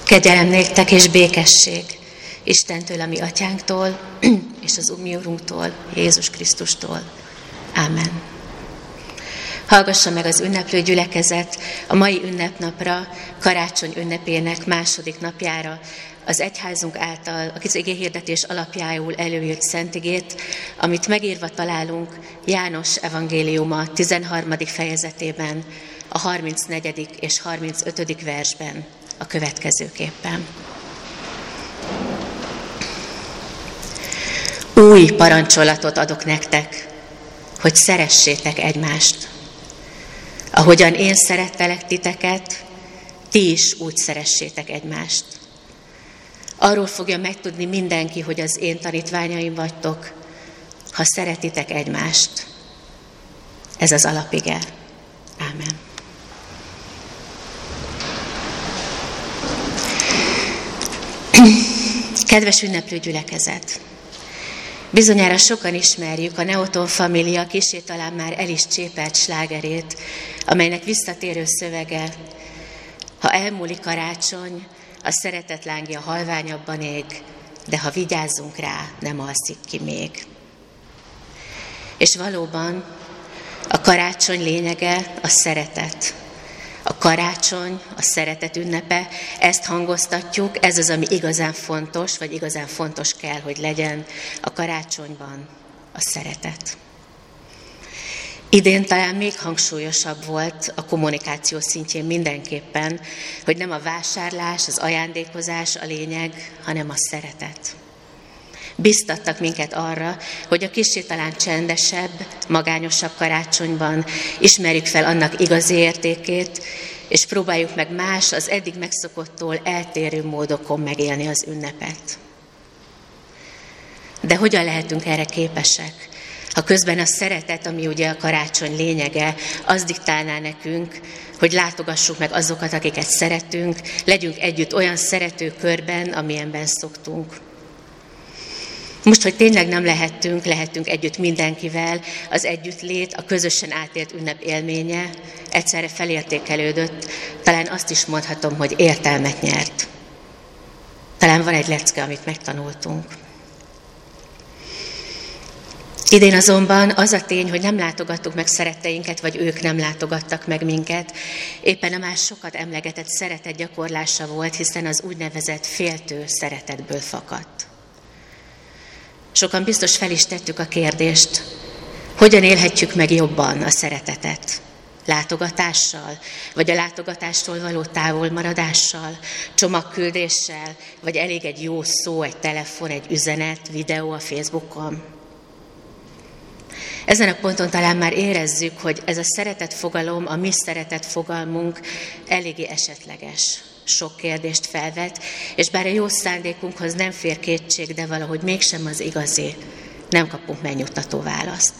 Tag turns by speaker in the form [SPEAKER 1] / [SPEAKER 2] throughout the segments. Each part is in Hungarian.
[SPEAKER 1] Kegyelem néktek és békesség Istentől, a mi atyánktól, és az mi Urunktól, Jézus Krisztustól. Ámen. Hallgassa meg az ünneplő gyülekezet a mai ünnepnapra, karácsony ünnepének második napjára, az egyházunk által az igéhirdetés alapjául előírt szentigét, amit megírva találunk János evangéliuma 13. fejezetében, a 34. és 35. versben a következőképpen. Új parancsolatot adok nektek, hogy szeressétek egymást. Ahogyan én szerettelek titeket, ti is úgy szeressétek egymást. Arról fogja megtudni mindenki, hogy az én tanítványaim vagytok, ha szeretitek egymást. Ez az alapige. Ámen. Kedves ünneplő gyülekezet! Bizonyára sokan ismerjük a Neoton Família kissé talán már el is csépelt slágerét, amelynek visszatérő szövege: ha elmúlik karácsony, a szeretet lángja halványabban ég, de ha vigyázzunk rá, nem alszik ki még. És valóban a karácsony lényege a szeretet. A karácsony, a szeretet ünnepe, ezt hangoztatjuk, ez az, ami igazán fontos, vagy igazán fontos kell, hogy legyen a karácsonyban, a szeretet. Idén talán még hangsúlyosabb volt a kommunikáció szintjén mindenképpen, hogy nem a vásárlás, az ajándékozás a lényeg, hanem a szeretet. Biztattak minket arra, hogy a kissé talán csendesebb, magányosabb karácsonyban ismerjük fel annak igazi értékét, és próbáljuk meg más, az eddig megszokottól eltérő módokon megélni az ünnepet. De hogyan lehetünk erre képesek, ha közben a szeretet, ami ugye a karácsony lényege, az diktálná nekünk, hogy látogassuk meg azokat, akiket szeretünk, legyünk együtt olyan szerető körben, amilyenben szoktunk. Most, hogy tényleg nem lehetünk együtt mindenkivel, az együttlét, a közösen átélt ünnep élménye egyszerre felértékelődött, talán azt is mondhatom, hogy értelmet nyert. Talán van egy lecke, amit megtanultunk. Idén azonban az a tény, hogy nem látogattuk meg szeretteinket, vagy ők nem látogattak meg minket, éppen a már sokat emlegetett szeretet gyakorlása volt, hiszen az úgynevezett féltő szeretetből fakadt. Sokan biztos fel is tettük a kérdést, hogyan élhetjük meg jobban a szeretetet? Látogatással, vagy a látogatástól való távolmaradással, csomagküldéssel, vagy elég egy jó szó, egy telefon, egy üzenet, videó a Facebookon? Ezen a ponton talán már érezzük, hogy ez a szeretet fogalom, a mi szeretet fogalmunk eléggé esetleges. Sok kérdést felvet, és bár a jó szándékunkhoz nem fér kétség, de valahogy mégsem az igazi, nem kapunk megnyugtató választ.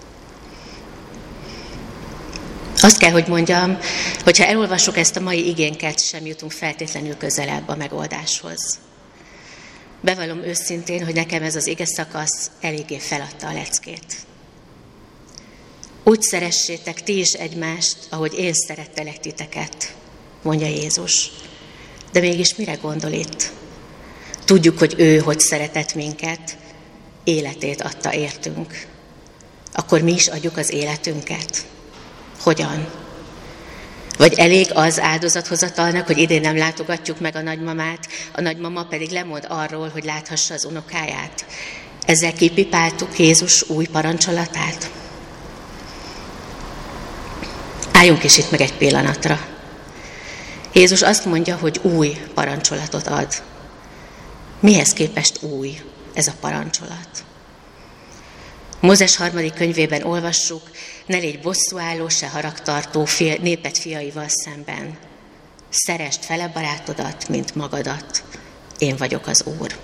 [SPEAKER 1] Azt kell, hogy mondjam, hogy ha elolvassuk ezt a mai igénket, sem jutunk feltétlenül közelebb a megoldáshoz. Bevallom őszintén, hogy nekem ez az ige szakasz eléggé feladta a leckét. Úgy szeressétek ti is egymást, ahogy én szerettelek titeket, mondja Jézus. De mégis mire gondol itt? Tudjuk, hogy ő hogy szeretett minket, életét adta értünk. Akkor mi is adjuk az életünket? Hogyan? Vagy elég az áldozathozatalnak, hogy idén nem látogatjuk meg a nagymamát, a nagymama pedig lemond arról, hogy láthassa az unokáját. Ezzel kipipáltuk Jézus új parancsolatát? Álljunk is itt meg egy pillanatra. Jézus azt mondja, hogy új parancsolatot ad. Mihez képest új ez a parancsolat? Mózes 3. könyvében olvassuk, ne légy bosszúálló, se haragtartó néped fiaival szemben. Szeresd fele barátodat, mint magadat. Én vagyok az Úr.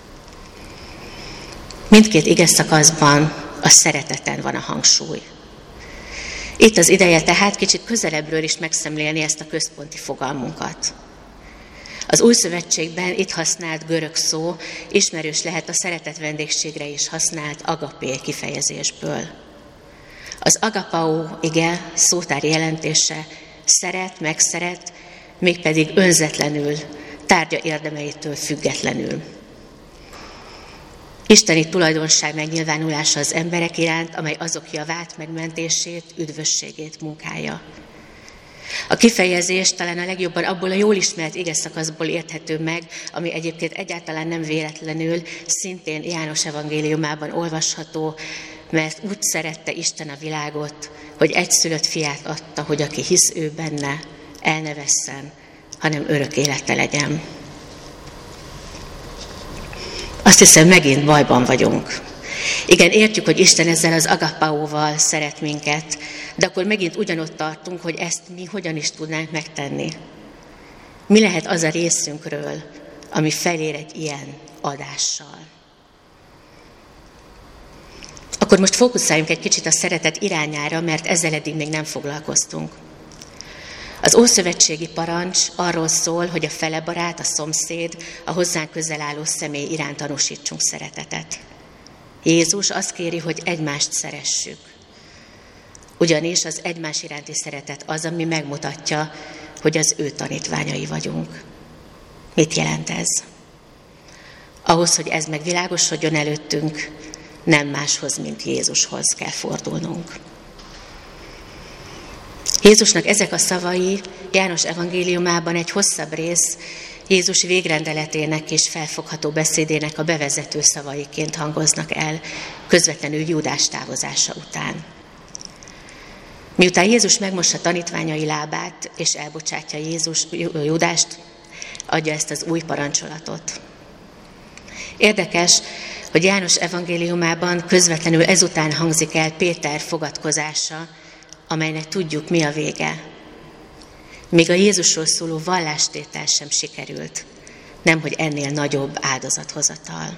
[SPEAKER 1] Mindkét ige szakaszban a szereteten van a hangsúly. Itt az ideje tehát kicsit közelebbről is megszemlélni ezt a központi fogalmunkat. Az Új Szövetségben itt használt görög szó ismerős lehet a szeretet vendégségre is használt agapé kifejezésből. Az agapau ige szótári jelentése szeret, megszeret, mégpedig önzetlenül, tárgya érdemeitől függetlenül. Isteni tulajdonság megnyilvánulása az emberek iránt, amely azok javát, megmentését, üdvösségét munkálja. A kifejezés talán a legjobban abból a jól ismert igeszakaszból érthető meg, ami egyébként egyáltalán nem véletlenül, szintén János evangéliumában olvasható, mert úgy szerette Isten a világot, hogy egyszülött fiát adta, hogy aki hisz ő benne, el ne vesszen, hanem örök élete legyen. Azt hiszem, megint bajban vagyunk. Igen, értjük, hogy Isten ezzel az agapaóval szeret minket, de akkor megint ugyanott tartunk, hogy ezt mi hogyan is tudnánk megtenni. Mi lehet az a részünkről, ami felér egy ilyen adással? Akkor most fókuszáljunk egy kicsit a szeretet irányára, mert ezzel eddig még nem foglalkoztunk. Az ószövetségi parancs arról szól, hogy a felebarát, a szomszéd, a hozzánk közel álló személy iránt tanúsítsunk szeretetet. Jézus azt kéri, hogy egymást szeressük. Ugyanis az egymás iránti szeretet az, ami megmutatja, hogy az ő tanítványai vagyunk. Mit jelent ez? Ahhoz, hogy ez megvilágosodjon előttünk, nem máshoz, mint Jézushoz kell fordulnunk. Jézusnak ezek a szavai János evangéliumában egy hosszabb rész Jézus végrendeletének és felfogható beszédének a bevezető szavaiként hangoznak el, közvetlenül Júdás távozása után. Miután Jézus megmossa tanítványai lábát, és elbocsátja Júdást, adja ezt az új parancsolatot. Érdekes, hogy János evangéliumában közvetlenül ezután hangzik el Péter fogadkozása, amelynek tudjuk, mi a vége. Még a Jézusról szóló vallástétel sem sikerült, nemhogy ennél nagyobb áldozathozatal.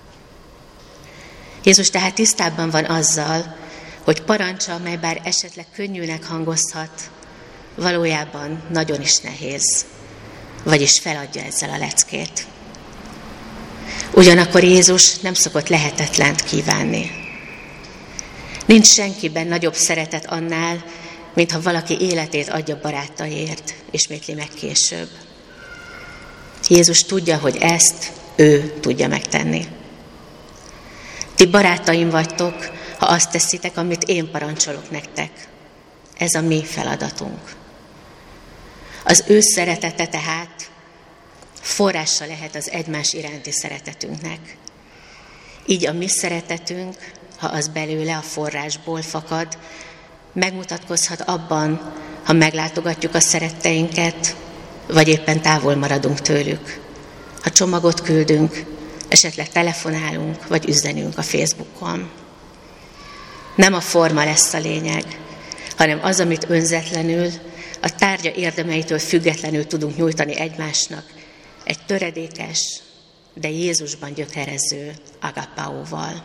[SPEAKER 1] Jézus tehát tisztában van azzal, hogy parancsa, mely bár esetleg könnyűnek hangozhat, valójában nagyon is nehéz, vagyis feladja ezzel a leckét. Ugyanakkor Jézus nem szokott lehetetlent kívánni. Nincs senkiben nagyobb szeretet annál, mintha valaki életét adja barátaiért, ismétli meg később. Jézus tudja, hogy ezt ő tudja megtenni. Ti barátaim vagytok, ha azt teszitek, amit én parancsolok nektek. Ez a mi feladatunk. Az ő szeretete tehát forrása lehet az egymás iránti szeretetünknek. Így a mi szeretetünk, ha az belőle a forrásból fakad, megmutatkozhat abban, ha meglátogatjuk a szeretteinket, vagy éppen távol maradunk tőlük. Ha csomagot küldünk, esetleg telefonálunk, vagy üzenünk a Facebookon. Nem a forma lesz a lényeg, hanem az, amit önzetlenül, a tárgya érdemeitől függetlenül tudunk nyújtani egymásnak, egy töredékes, de Jézusban gyökerező agapaóval.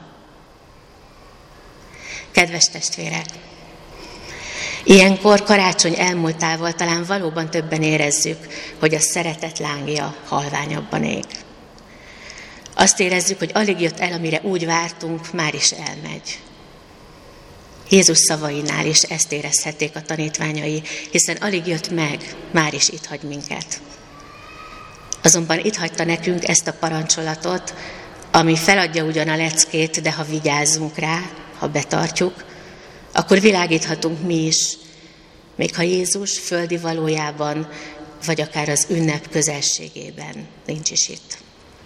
[SPEAKER 1] Kedves testvérek! Ilyenkor karácsony elmúltával talán valóban többen érezzük, hogy a szeretet lángja halványabban ég. Azt érezzük, hogy alig jött el, amire úgy vártunk, már is elmegy. Jézus szavainál is ezt érezhették a tanítványai, hiszen alig jött meg, már is itt hagy minket. Azonban itt hagyta nekünk ezt a parancsolatot, ami feladja ugyan a leckét, de ha vigyázzunk rá, ha betartjuk, akkor világíthatunk mi is, még ha Jézus földi valójában, vagy akár az ünnep közelségében nincs is itt.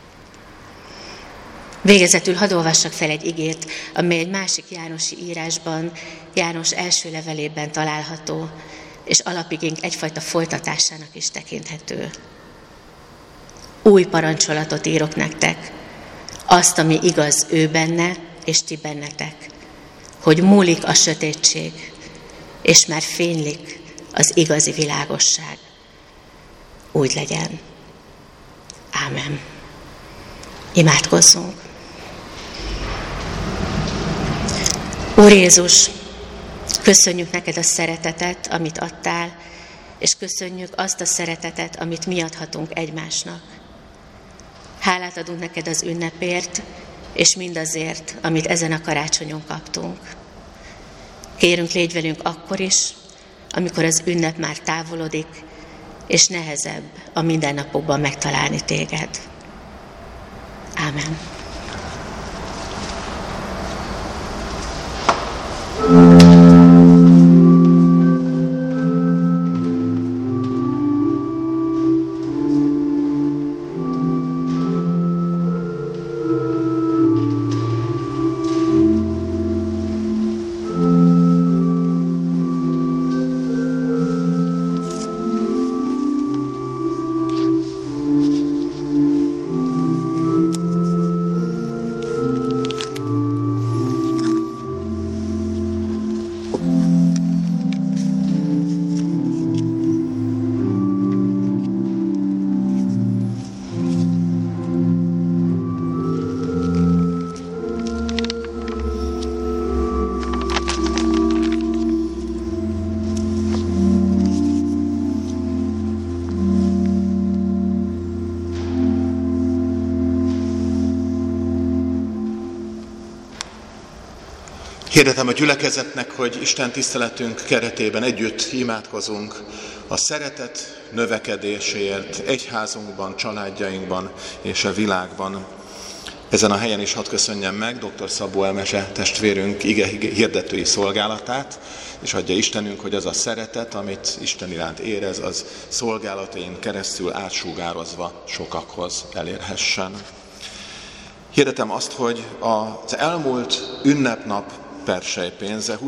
[SPEAKER 1] Végezetül hadd olvassak fel egy igét, amely egy másik jánosi írásban, János első levelében található, és alapigénk egyfajta folytatásának is tekinthető. Új parancsolatot írok nektek, azt, ami igaz ő benne, és ti bennetek, hogy múlik a sötétség, és már fénylik az igazi világosság. Úgy legyen. Ámen. Imádkozzunk. Úr Jézus, köszönjük neked a szeretetet, amit adtál, és köszönjük azt a szeretetet, amit mi adhatunk egymásnak. Hálát adunk neked az ünnepért, és mindazért, amit ezen a karácsonyon kaptunk. Kérünk, légy velünk akkor is, amikor az ünnep már távolodik, és nehezebb a mindennapokban megtalálni téged. Ámen.
[SPEAKER 2] Hirdetem a gyülekezetnek, hogy Isten tiszteletünk keretében együtt imádkozunk a szeretet növekedéséért egyházunkban, családjainkban és a világban. Ezen a helyen is hadd köszönjem meg dr. Szabó Emese testvérünk ige hirdetői szolgálatát, és adja Istenünk, hogy az a szeretet, amit Isten iránt érez, az szolgálatain keresztül átsugározva sokakhoz elérhessen. Hirdetem azt, hogy az elmúlt ünnepnap persejpénze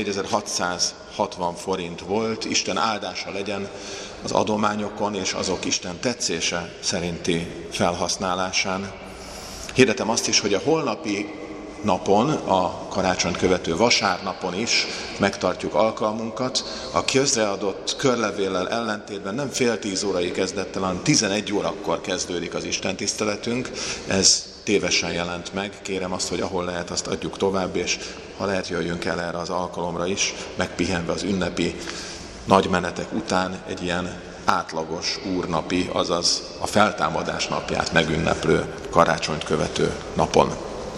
[SPEAKER 2] 24.660 forint volt, Isten áldása legyen az adományokon és azok Isten tetszése szerinti felhasználásán. Hirdetem azt is, hogy a holnapi napon, a karácsonyt követő vasárnapon is megtartjuk alkalmunkat. A közreadott körlevéllel ellentétben nem fél 10 órai kezdettel, hanem 11 órakor kezdődik az Isten tiszteletünk. Ez tévesen jelent meg. Kérem azt, hogy ahol lehet, azt adjuk tovább, és ha lehet, jöjjünk el erre az alkalomra is, megpihenve az ünnepi nagy menetek után egy ilyen átlagos úrnapi, azaz a feltámadás napját megünneplő, karácsonyt követő napon.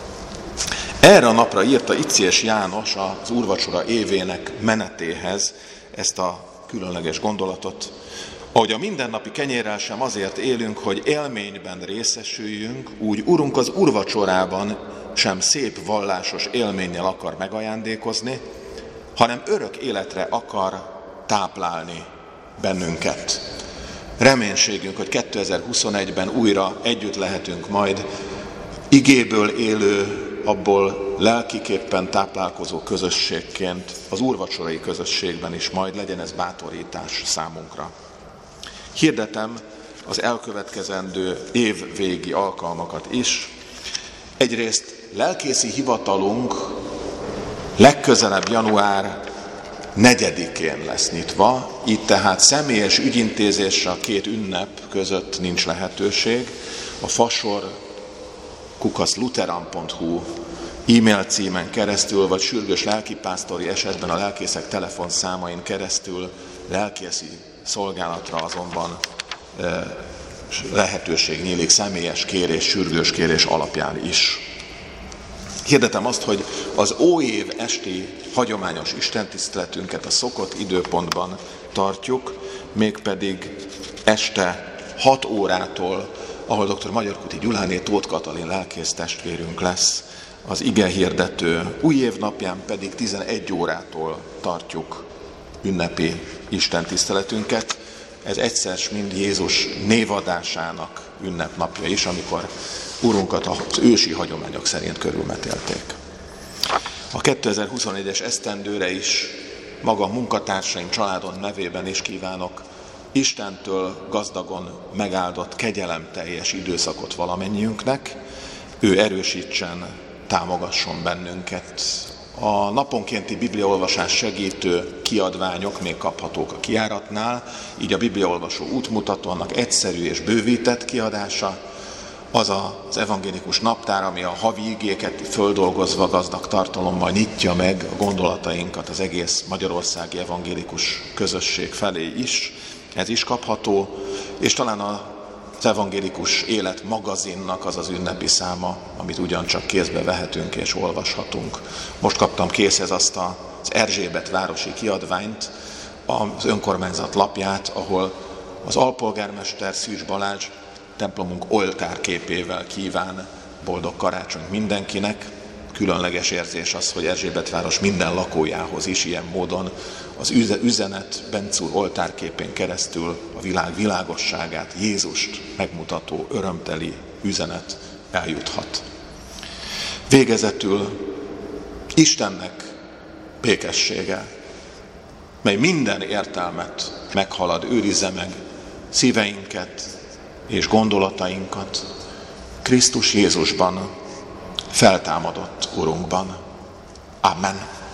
[SPEAKER 2] Erre a napra írta Iczies János az úrvacsora évének menetéhez ezt a különleges gondolatot. Ahogy a mindennapi kenyérrel sem azért élünk, hogy élményben részesüljünk, úgy Urunk az úrvacsorában sem szép vallásos élménnyel akar megajándékozni, hanem örök életre akar táplálni bennünket. Reménységünk, hogy 2021-ben újra együtt lehetünk majd igéből élő, abból lelkiképpen táplálkozó közösségként, az úrvacsorai közösségben is majd legyen ez bátorítás számunkra. Hirdetem az elkövetkezendő évvégi alkalmakat is. Egyrészt lelkészi hivatalunk legközelebb január 4-én lesz nyitva, így tehát személyes ügyintézésre a két ünnep között nincs lehetőség. A fasor@lutheran.hu e-mail címen keresztül, vagy sürgős lelkipásztori esetben a lelkészek telefonszámain keresztül lelkészi szolgálatra azonban lehetőség nyílik személyes kérés, sürgős kérés alapján is. Hirdetem azt, hogy az óév esti hagyományos istentiszteletünket a szokott időpontban tartjuk, mégpedig este 6 órától, ahol dr. Magyarkuti Gyuláné Tóth Katalin lelkész testvérünk lesz, az ige hirdető, új év napján pedig 11 órától tartjuk ünnepi istentiszteletünket. Ez egyszer mind Jézus névadásának ünnepnapja is, amikor Urunkat az ősi hagyományok szerint körülmetélték. A 2024-es esztendőre is maga munkatársaim, családom nevében is kívánok Istentől gazdagon megáldott, kegyelemteljes időszakot valamennyiünknek. Ő erősítsen, támogasson bennünket. A naponkénti bibliaolvasás segítő kiadványok még kaphatók a kijáratnál, így a bibliaolvasó útmutató, annak egyszerű és bővített kiadása, az az evangélikus naptár, ami a havi igéket földolgozva gazdag tartalommal nyitja meg a gondolatainkat az egész magyarországi evangélikus közösség felé is. Ez is kapható, és talán az evangélikus élet magazinnak az az ünnepi száma, amit ugyancsak kézbe vehetünk és olvashatunk. Most kaptam készhez azt az Erzsébet városi kiadványt, az önkormányzat lapját, ahol az alpolgármester Szűcs Balázs templomunk oltárképével kíván boldog karácsonyt mindenkinek. Különleges érzés az, hogy Erzsébetváros minden lakójához is ilyen módon az üzenet Benc úr oltárképén keresztül a világ világosságát, Jézust megmutató örömteli üzenet eljuthat. Végezetül Istennek békessége, mely minden értelmet meghalad, őrizze meg szíveinket és gondolatainkat Krisztus Jézusban, feltámadott Urunkban. Amen.